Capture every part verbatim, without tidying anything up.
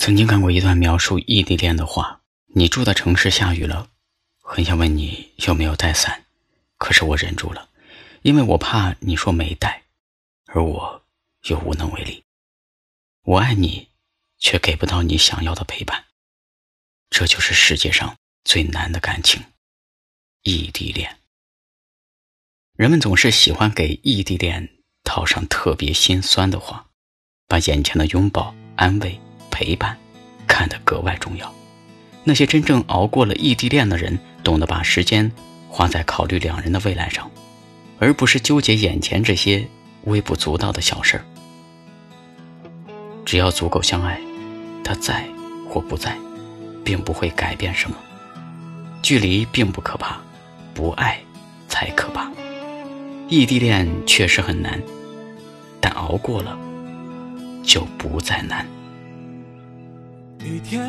曾经看过一段描述异地恋的话，你住的城市下雨了，很想问你有没有带伞，可是我忍住了，因为我怕你说没带，而我又无能为力。我爱你，却给不到你想要的陪伴，这就是世界上最难的感情，异地恋。人们总是喜欢给异地恋套上特别心酸的话，把眼前的拥抱、安慰、陪伴看得格外重要。那些真正熬过了异地恋的人，懂得把时间花在考虑两人的未来上，而不是纠结眼前这些微不足道的小事儿。只要足够相爱，他在或不在并不会改变什么。距离并不可怕，不爱才可怕。异地恋确实很难，但熬过了就不再难。 雨天，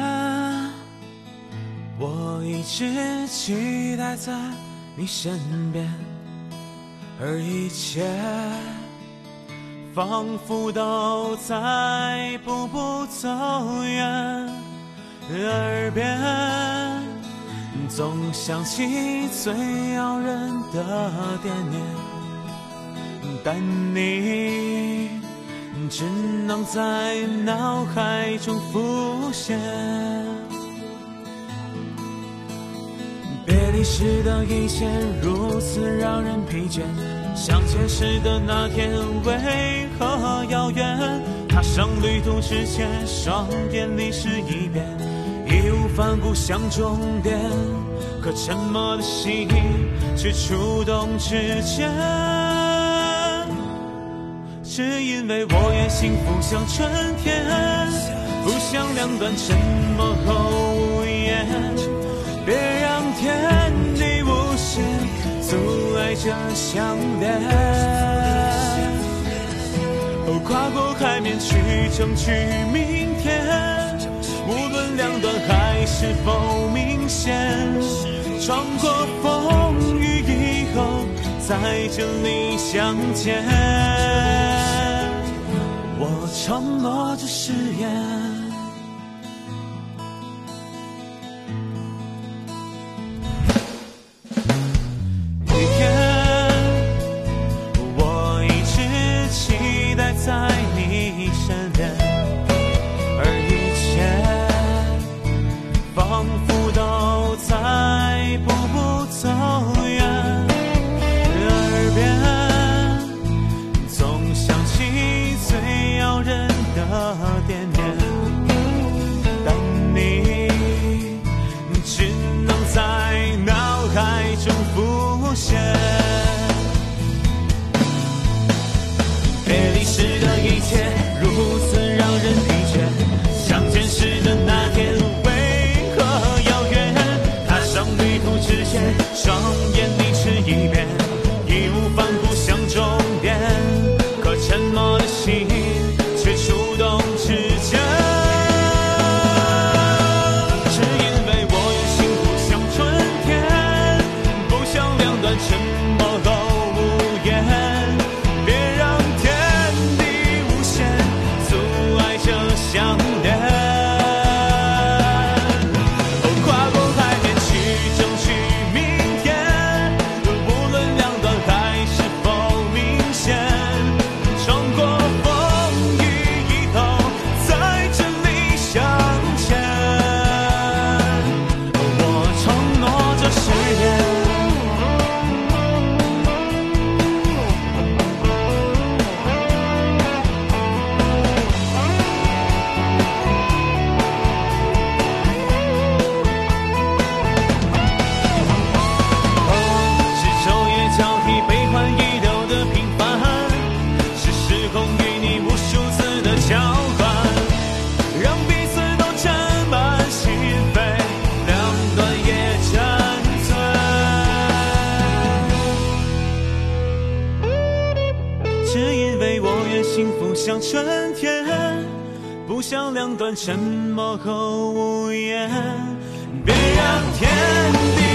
我一直期待在你身边，而一切仿佛都在步步走远，耳边总想起最遥远的惦念，但你只能在脑海中浮现。别离时的一切如此让人疲倦，相见时的那天为何遥远？踏上旅途之前，双眼离视一遍，义无反顾向终点，可沉默的心却触动指尖。只因为我也幸福像春天，不想两端沉默后无言，别让天地无限阻碍着相恋。哦，跨过海面去争取明天，无论两端海是否明显，穿过风雨以后在这里相见。我承诺着誓言，在你身边，而一切仿佛都在步步走远，耳边总想起最遥远的惦念，但你只能在脑海中浮现。别离时的一切如此让人疲倦，相见时的那天为何遥远？踏上旅途之前，双眼离视一遍，义无反顾向终点，可沉默的心却触动指尖。只因为我也幸福像春天，不想两端沉默后无言，相恋。哦，跨过海面去争取明天，无论两端海是否明显，穿过风雨以后在这里相见。我承诺着誓言，幸福像春天，不想两端沉默后无言，别让天地